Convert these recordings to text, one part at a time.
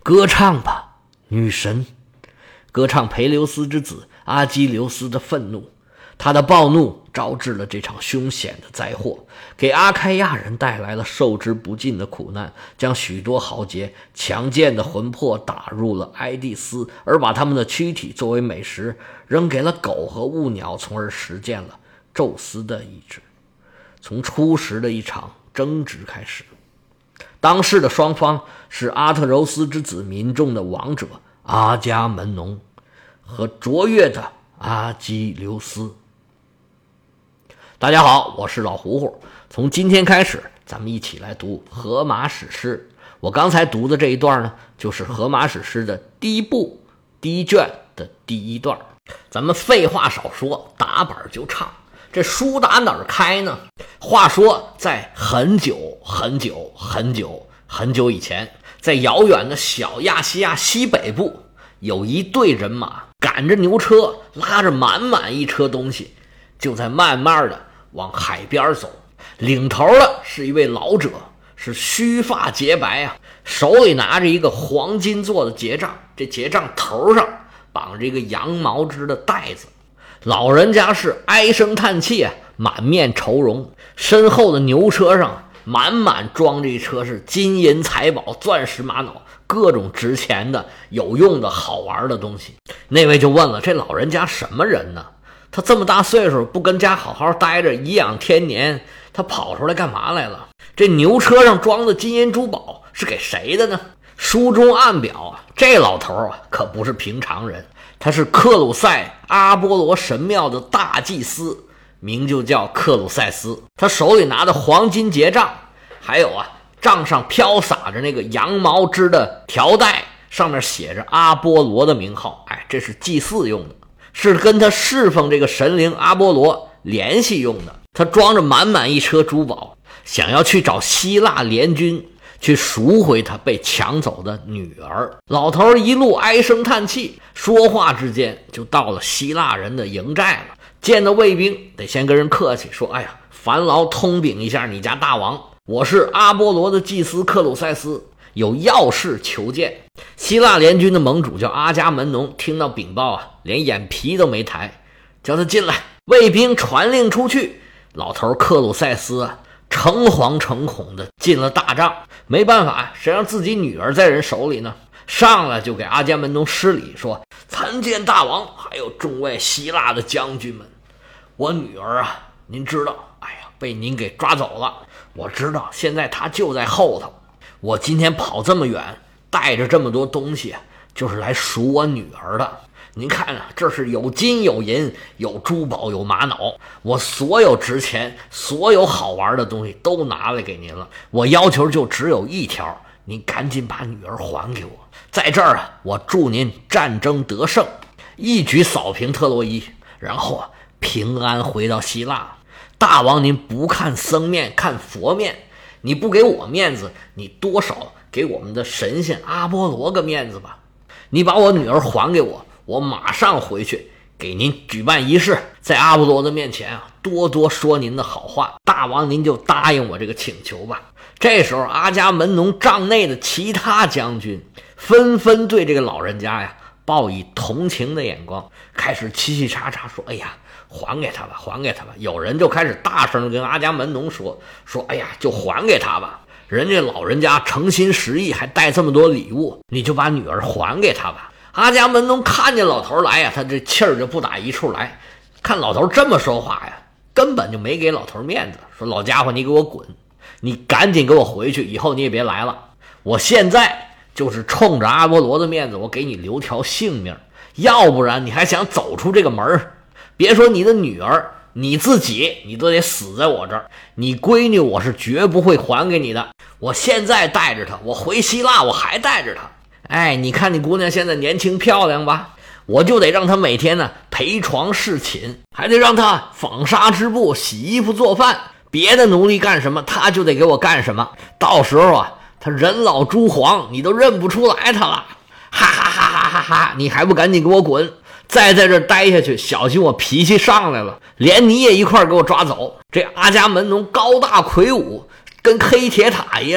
歌唱吧，女神！歌唱裴留斯之子阿基琉斯的愤怒。他的暴怒招致了这场凶险的灾祸，给阿开亚人带来了受之不尽的苦难，将许多豪杰强健的魂魄打入了埃蒂斯，而把他们的躯体作为美食扔给了狗和物鸟，从而实现了宙斯的意志。从初始的一场争执开始，当时的双方是阿特柔斯之子民众的王者阿伽门农和卓越的阿基琉斯。大家好，我是老胡胡。从今天开始，咱们一起来读荷马史诗。我刚才读的这一段呢，就是荷马史诗的第一部第一卷的第一段。咱们废话少说，打板就唱。这书打哪儿开呢？话说在很久很久很久很久以前，在遥远的小亚细亚西北部，有一队人马赶着牛车，拉着满满一车东西，就在慢慢的往海边走。领头的是一位老者，是须发洁白啊，手里拿着一个黄金做的结账，这结账头上绑着一个羊毛织的带子。老人家是唉声叹气啊，满面愁容。身后的牛车上满满装着一车是金银财宝、钻石玛瑙，各种值钱的、有用的、好玩的东西。那位就问了，这老人家什么人呢？他这么大岁数不跟家好好待着颐养天年，他跑出来干嘛来了？这牛车上装的金银珠宝是给谁的呢？书中暗表啊，这老头啊可不是平常人，他是克鲁塞阿波罗神庙的大祭司，名就叫克鲁塞斯。他手里拿的黄金结账，还有啊账上飘洒着那个羊毛织的条带，上面写着阿波罗的名号。这是祭祀用的，是跟他侍奉这个神灵阿波罗联系用的。他装着满满一车珠宝，想要去找希腊联军去赎回他被抢走的女儿。老头一路唉声叹气，说话之间就到了希腊人的营寨了。见到卫兵得先跟人客气说，烦劳通禀一下你家大王，我是阿波罗的祭司克鲁塞斯，有要事求见。希腊联军的盟主叫阿伽门农，听到禀报啊，连眼皮都没抬，叫他进来。卫兵传令出去，老头克鲁塞斯啊诚惶诚恐的进了大帐。没办法，谁让自己女儿在人手里呢？上来就给阿伽门农施礼，说参见大王，还有众位希腊的将军们，我女儿啊，您知道，被您给抓走了。我知道现在她就在后头。我今天跑这么远，带着这么多东西，就是来赎我女儿的。您看啊，这是有金有银，有珠宝有玛瑙，我所有值钱所有好玩的东西都拿来给您了。我要求就只有一条，您赶紧把女儿还给我。在这儿啊，我祝您战争得胜，一举扫平特洛伊，然后啊平安回到希腊。大王您不看僧面看佛面，你不给我面子，你多少给我们的神仙阿波罗个面子吧。你把我女儿还给我，我马上回去给您举办仪式，在阿波罗的面前啊多多说您的好话。大王您就答应我这个请求吧。这时候阿伽门农帐内的其他将军纷纷对这个老人家呀报以同情的眼光，开始嘁嘁喳喳说，还给他吧，还给他吧。有人就开始大声跟阿伽门农说，就还给他吧，人家老人家诚心实意，还带这么多礼物，你就把女儿还给他吧。阿伽门农看见老头来呀，他这气儿就不打一处来。看老头这么说话呀，根本就没给老头面子，说老家伙你给我滚，你赶紧给我回去，以后你也别来了。我现在就是冲着阿波罗的面子，我给你留条性命，要不然你还想走出这个门，别说你的女儿，你自己你都得死在我这儿。你闺女我是绝不会还给你的，我现在带着她，我回希腊我还带着她。你看你姑娘现在年轻漂亮吧，我就得让她每天呢陪床侍寝，还得让她纺纱织布洗衣服做饭，别的奴隶干什么她就得给我干什么。到时候啊她人老珠黄，你都认不出来她了。哈哈哈哈哈哈！你还不赶紧给我滚，再在这待下去小心我脾气上来了，连你也一块给我抓走。这阿伽门农高大魁梧，跟黑铁塔一样，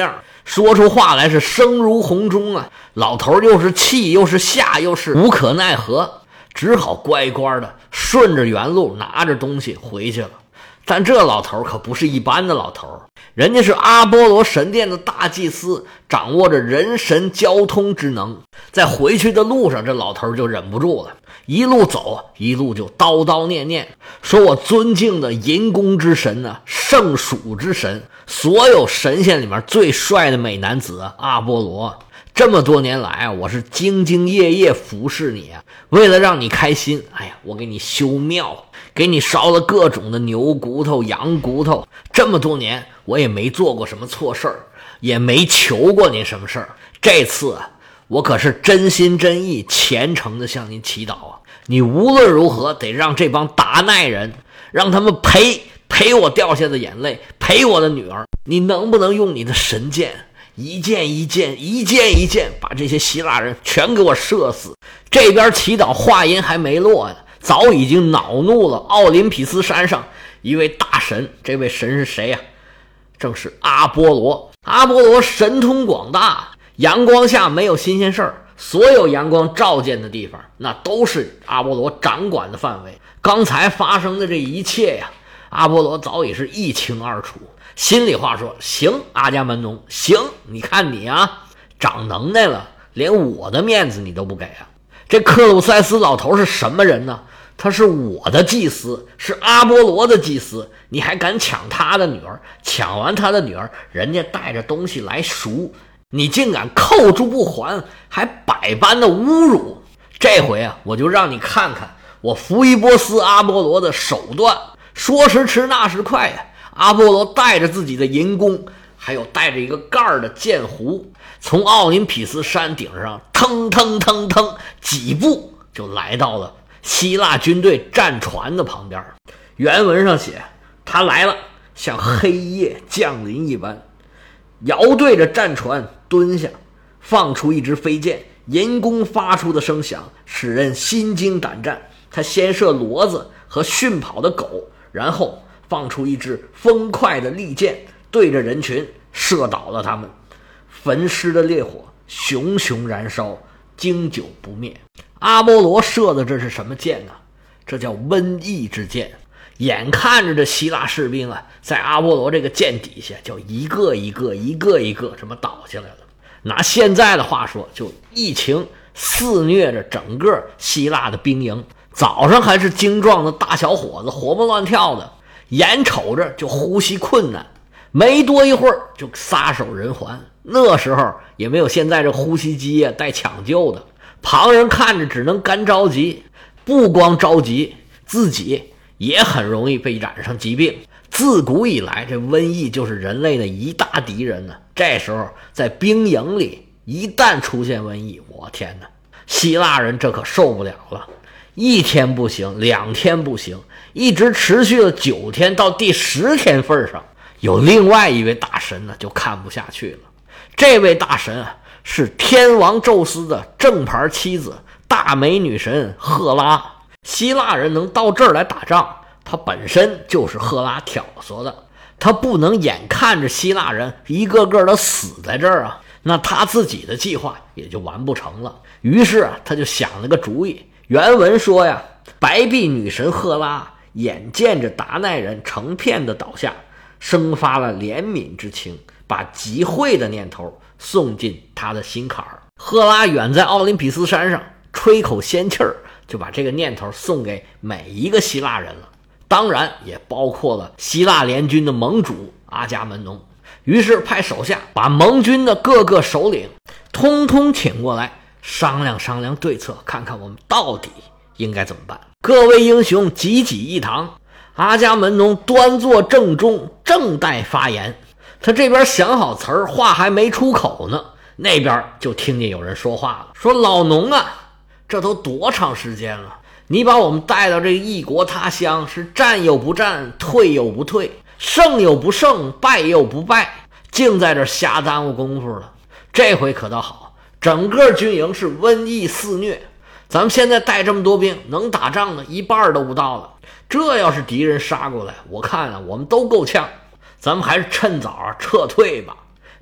说出话来是声如洪钟啊！老头又是气又是吓又是无可奈何，只好乖乖的顺着原路拿着东西回去了。但这老头可不是一般的老头，人家是阿波罗神殿的大祭司，掌握着人神交通之能。在回去的路上，这老头就忍不住了，一路走一路就叨叨念念，说我尊敬的银宫之神啊，圣蜀之神，所有神仙里面最帅的美男子阿波罗，这么多年来啊，我是兢兢业业服侍你啊，为了让你开心，哎呀，我给你修庙，给你烧了各种的牛骨头、羊骨头，这么多年我也没做过什么错事儿，也没求过您什么事儿。这次啊，我可是真心真意、虔诚的向您祈祷啊！你无论如何得让这帮达奈人，让他们赔我掉下的眼泪，赔我的女儿。你能不能用你的神箭，一箭一箭，把这些希腊人全给我射死？这边祈祷话音还没落呀，早已经恼怒了奥林匹斯山上一位大神。这位神是谁呀？正是阿波罗。阿波罗神通广大，阳光下没有新鲜事儿，所有阳光照见的地方，那都是阿波罗掌管的范围。刚才发生的这一切呀，阿波罗早已是一清二楚。心里话说，行，阿伽门农，行，你看你啊，长能耐了，连我的面子你都不给啊。这克鲁塞斯老头是什么人呢？他是我的祭司，是阿波罗的祭司，你还敢抢他的女儿？抢完他的女儿，人家带着东西来赎，你竟敢扣住不还，还百般的侮辱。这回啊，我就让你看看我福伊波斯阿波罗的手段。说时迟那时快呀，阿波罗带着自己的银弓，还有带着一个盖儿的箭壶，从奥林匹斯山顶上腾几步就来到了希腊军队战船的旁边。原文上写，他来了，像黑夜降临一般，摇对着战船蹲下，放出一支飞箭，银弓发出的声响使人心惊胆战。他先射骡子和驯跑的狗，然后放出一支风快的利箭，对着人群射倒了他们。焚尸的烈火熊熊燃烧，经久不灭。阿波罗射的这是什么箭呢？这叫瘟疫之箭。眼看着这希腊士兵啊，在阿波罗这个箭底下就一个一个这么倒下来了。拿现在的话说，就疫情肆虐着整个希腊的兵营。早上还是精壮的大小伙子，活蹦乱跳的，眼瞅着就呼吸困难，没多一会儿就撒手人寰。那时候也没有现在这呼吸机啊带抢救的，旁人看着只能干着急。不光着急，自己也很容易被染上疾病。自古以来，这瘟疫就是人类的一大敌人呢。这时候在兵营里一旦出现瘟疫，我天哪，希腊人这可受不了了。一天不行，2天不行，一直持续了9天，到第10天份上，有另外一位大神呢就看不下去了。这位大神啊，是天王宙斯的正牌妻子，大美女神赫拉。希腊人能到这儿来打仗，他本身就是赫拉挑唆的，他不能眼看着希腊人一个个的死在这儿啊，那他自己的计划也就完不成了。于是啊，他就想了个主意。原文说呀，白璧女神赫拉眼见着达奈人成片的倒下，生发了怜悯之情，把集会的念头送进他的心坎儿。赫拉远在奥林匹斯山上吹口仙气儿，就把这个念头送给每一个希腊人了，当然也包括了希腊联军的盟主阿伽门农。于是派手下把盟军的各个首领通通请过来，商量对策，看看我们到底应该怎么办。各位英雄济济一堂，阿伽门农端坐正中，正待发言。他这边想好词儿，话还没出口呢，那边就听见有人说话了，说老农啊，这都多长时间了，你把我们带到这个异国他乡，是战又不战，退又不退，胜又不胜，败又不败，净在这瞎耽误功夫了。这回可倒好，整个军营是瘟疫肆虐，咱们现在带这么多兵，能打仗的一半都不到了。这要是敌人杀过来，我看啊，我们都够呛，咱们还是趁早撤退吧。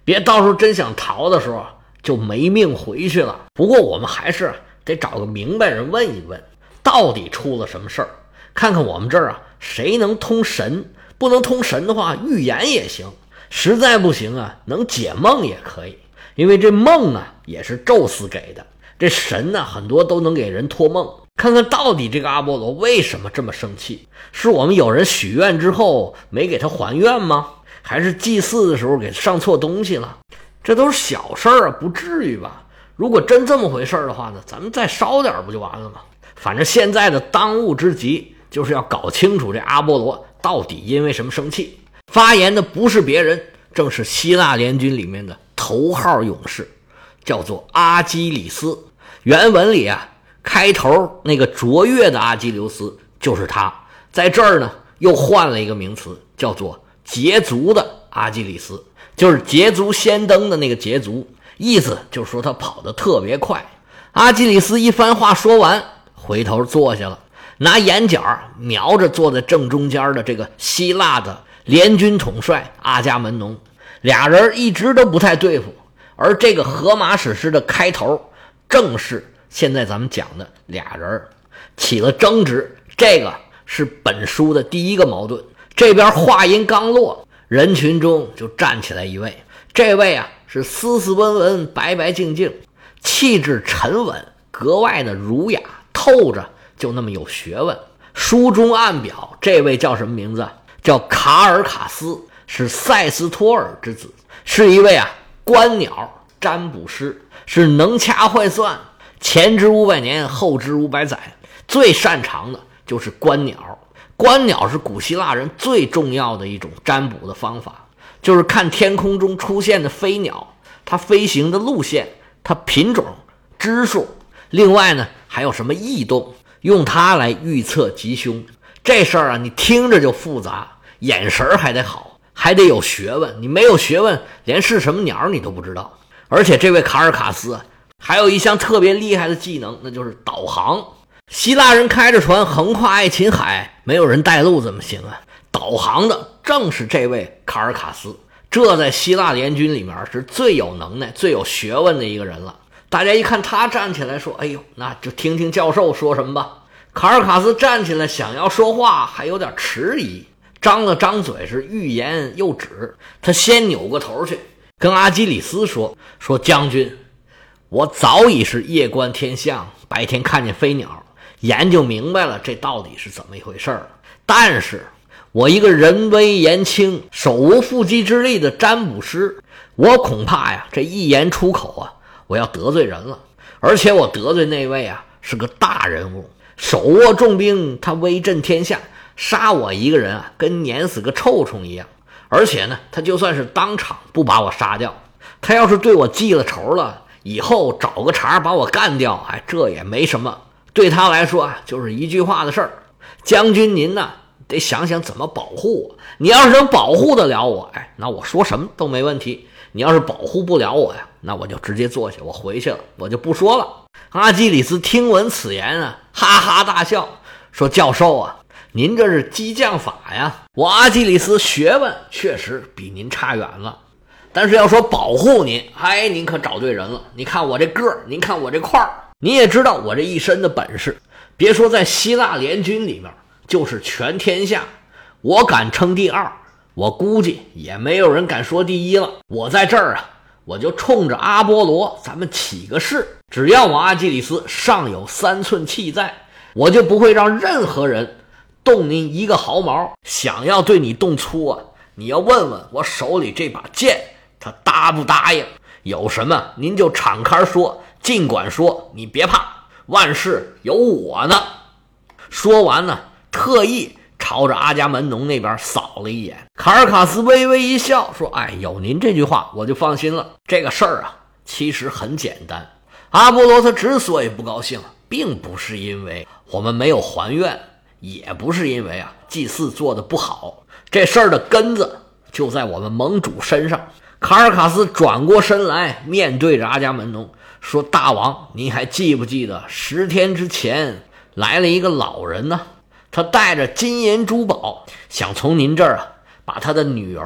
别到时候真想逃的时候就没命回去了。不过我们还是得找个明白人问一问，到底出了什么事儿，看看我们这儿谁能通神。不能通神的话，预言也行，实在不行能解梦也可以，因为这梦也是宙斯给的，这神很多都能给人托梦。看看到底这个阿波罗为什么这么生气，是我们有人许愿之后没给他还愿吗？还是祭祀的时候给上错东西了？这都是小事儿不至于吧？如果真这么回事的话呢，咱们再烧点不就完了吗？反正现在的当务之急就是要搞清楚这阿波罗到底因为什么生气。发言的不是别人，正是希腊联军里面的头号勇士，叫做阿基里斯。原文里开头那个卓越的阿基琉斯就是他，在这儿呢又换了一个名词，叫做捷足的阿基里斯，就是捷足先登的那个捷足，意思就是说他跑得特别快。阿基里斯一番话说完，回头坐下了，拿眼角瞄着坐在正中间的这个希腊的联军统帅阿伽门农。俩人一直都不太对付，而这个荷马史诗的开头正是现在咱们讲的俩人起了争执。这个是本书的第一个矛盾。这边话音刚落，人群中就站起来一位，这位是斯斯文文白白净净，气质沉稳，格外的儒雅，透着就那么有学问。书中暗表这位叫什么名字？叫卡尔卡斯，是塞斯托尔之子，是一位观鸟占卜师，是能掐会算，前知500年后知500载，最擅长的就是观鸟。观鸟是古希腊人最重要的一种占卜的方法，就是看天空中出现的飞鸟，它飞行的路线，它品种、只数，另外呢还有什么异动，用它来预测吉凶。这事儿你听着就复杂，眼神还得好，还得有学问。你没有学问，连是什么鸟你都不知道。而且这位卡尔卡斯还有一项特别厉害的技能，那就是导航。希腊人开着船横跨爱琴海，没有人带路怎么行导航的正是这位卡尔卡斯，这在希腊联军里面是最有能耐最有学问的一个人了。大家一看他站起来说，哎呦，那就听听教授说什么吧。卡尔卡斯站起来想要说话，还有点迟疑，张了张嘴是欲言又止。他先扭过头去跟阿基里斯说将军，我早已是夜观天象，白天看见飞鸟，研究明白了这到底是怎么一回事儿。但是我一个人微言轻手无缚鸡之力的占卜师，我恐怕这一言出口我要得罪人了。而且我得罪那位是个大人物，手握重兵，他威震天下，杀我一个人跟碾死个臭虫一样。而且呢，他就算是当场不把我杀掉，他要是对我记了仇了，以后找个茬把我干掉，这也没什么。对他来说就是一句话的事儿。将军您得想想怎么保护我。你要是能保护得了我，那我说什么都没问题。你要是保护不了我那我就直接坐下，我回去了，我就不说了。阿基里斯听闻此言哈哈大笑，说教授您这是激将法呀。我阿基里斯学问确实比您差远了，但是要说保护您，您可找对人了。你看我这个儿，您看我这块儿，你也知道我这一身的本事。别说在希腊联军里面，就是全天下我敢称第二，我估计也没有人敢说第一了。我在这儿我就冲着阿波罗咱们起个誓，只要我阿基里斯尚有3寸气在，我就不会让任何人动您一个毫毛。想要对你动粗你要问问我手里这把剑，他答不答应。有什么您就敞开说，尽管说，你别怕，万事有我呢。说完特意朝着阿伽门农那边扫了一眼。卡尔卡斯微微一笑说，有您这句话我就放心了。这个事儿其实很简单。阿波罗他之所以不高兴，并不是因为我们没有还愿，也不是因为祭祀做得不好，这事儿的根子就在我们盟主身上。卡尔卡斯转过身来，面对着阿伽门农说，大王，您还记不记得10天之前来了一个老人呢？他带着金银珠宝，想从您这儿把他的女儿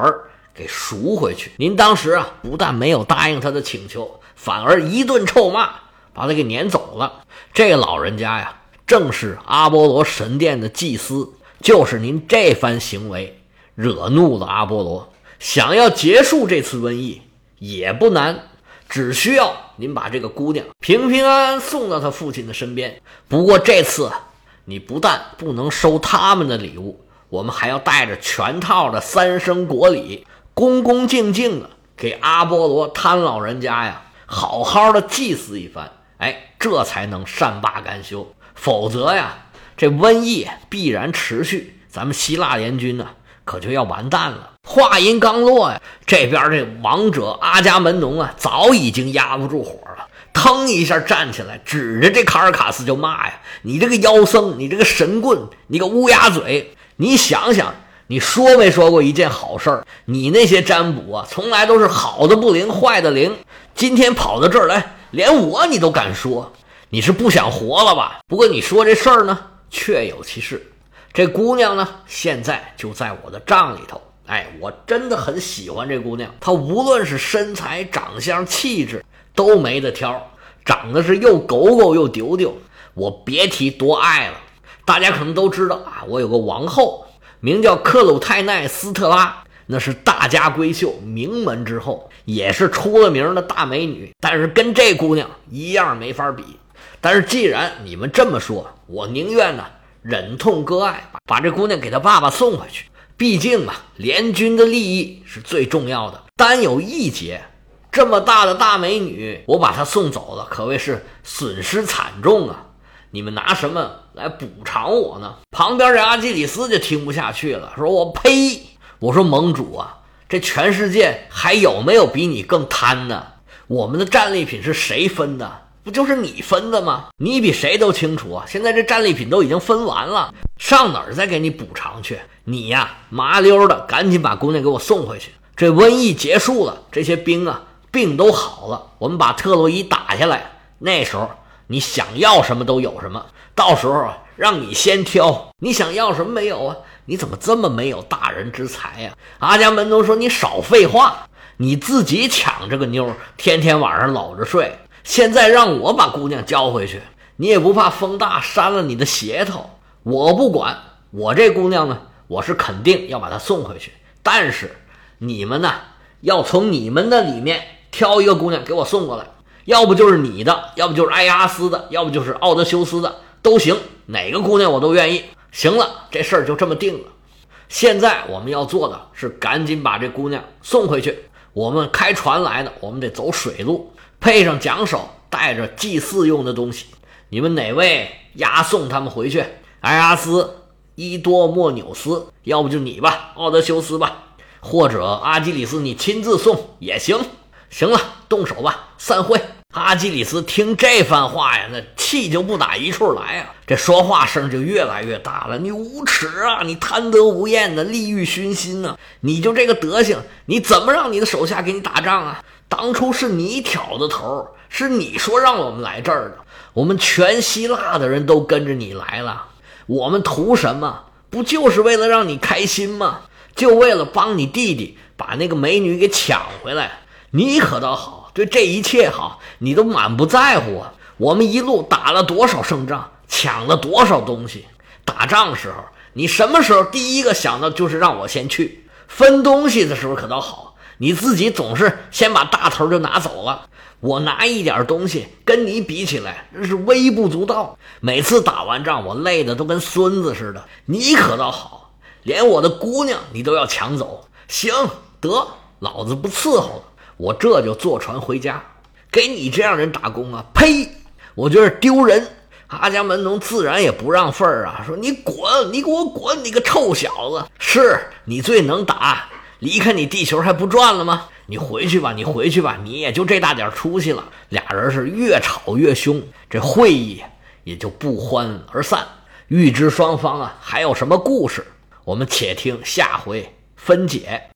给赎回去。您当时啊，不但没有答应他的请求，反而一顿臭骂，把他给撵走了。这老人家呀，正是阿波罗神殿的祭司，就是您这番行为惹怒了阿波罗。想要结束这次瘟疫也不难，只需要您把这个姑娘平平安安送到她父亲的身边。不过这次你不但不能收他们的礼物，我们还要带着全套的三生国礼，恭恭敬敬的给阿波罗贪老人家呀好好的祭祀一番，这才能善罢甘休。否则呀，这瘟疫必然持续，咱们希腊联军呢可就要完蛋了。话音刚落呀，这边这王者阿伽门农啊早已经压不住火了，腾一下站起来，指着这卡尔卡斯就骂呀：你这个妖僧，你这个神棍，你个乌鸦嘴，你想想，你说没说过一件好事儿？你那些占卜啊，从来都是好的不灵，坏的灵。今天跑到这儿来，连我你都敢说，你是不想活了吧？不过你说这事儿呢，确有其事。这姑娘呢，现在就在我的帐里头。我真的很喜欢这姑娘，她无论是身材、长相、气质都没得挑，长得是又狗狗又丢丢，我别提多爱了。大家可能都知道啊，我有个王后，名叫克鲁泰奈斯特拉，那是大家闺秀，名门之后，也是出了名的大美女，但是跟这姑娘一样没法比。但是既然你们这么说，我宁愿呢忍痛割爱，把这姑娘给她爸爸送回去。毕竟啊，联军的利益是最重要的。单有一劫，这么大的大美女，我把她送走了，可谓是损失惨重啊！你们拿什么来补偿我呢？旁边这阿基里斯就听不下去了，说我呸！我说盟主啊，这全世界还有没有比你更贪的？我们的战利品是谁分的？不就是你分的吗？你比谁都清楚啊！现在这战利品都已经分完了，上哪儿再给你补偿去？你呀，麻溜的赶紧把姑娘给我送回去。这瘟疫结束了，这些兵啊病都好了，我们把特洛伊打下来，那时候你想要什么都有什么。到时候啊，让你先挑，你想要什么没有啊？你怎么这么没有大人之才呀？阿伽门农说：“你少废话，你自己抢这个妞，天天晚上搂着睡。现在让我把姑娘交回去，你也不怕风大扇了你的鞋头？我不管，我这姑娘呢，我是肯定要把她送回去。但是你们呢，要从你们的里面挑一个姑娘给我送过来，要不就是你的，要不就是埃阿斯的，要不就是奥德修斯的，都行，哪个姑娘我都愿意。行了，这事儿就这么定了。现在我们要做的是赶紧把这姑娘送回去。我们开船来的，我们得走水路，配上桨手，带着祭祀用的东西。你们哪位押送他们回去？埃阿斯、伊多莫纽斯，要不就你吧，奥德修斯吧，或者阿基里斯你亲自送也行。行了，动手吧，散会。阿基里斯听这番话呀，那气就不打一处来啊，这说话声就越来越大了。你无耻啊，你贪得无厌的，利欲熏心啊，你就这个德行，你怎么让你的手下给你打仗啊？当初是你挑的头，是你说让我们来这儿的，我们全希腊的人都跟着你来了，我们图什么？不就是为了让你开心吗？就为了帮你弟弟把那个美女给抢回来。你可倒好，对这一切好，你都满不在乎啊！我们一路打了多少胜仗，抢了多少东西。打仗时候，你什么时候第一个想到就是让我先去？分东西的时候可倒好，你自己总是先把大头就拿走了。我拿一点东西跟你比起来，那是微不足道。每次打完仗，我累得都跟孙子似的。你可倒好，连我的姑娘你都要抢走。行，得，老子不伺候了。我这就坐船回家，给你这样人打工啊！呸！我觉得丢人。阿伽门农自然也不让份儿啊，说你滚，你给我滚，你个臭小子！是你最能打，离开你地球还不赚了吗？你回去吧，你回去吧，你也就这大点出息了。俩人是越吵越凶，这会议也就不欢而散。欲知双方啊还有什么故事，我们且听下回分解。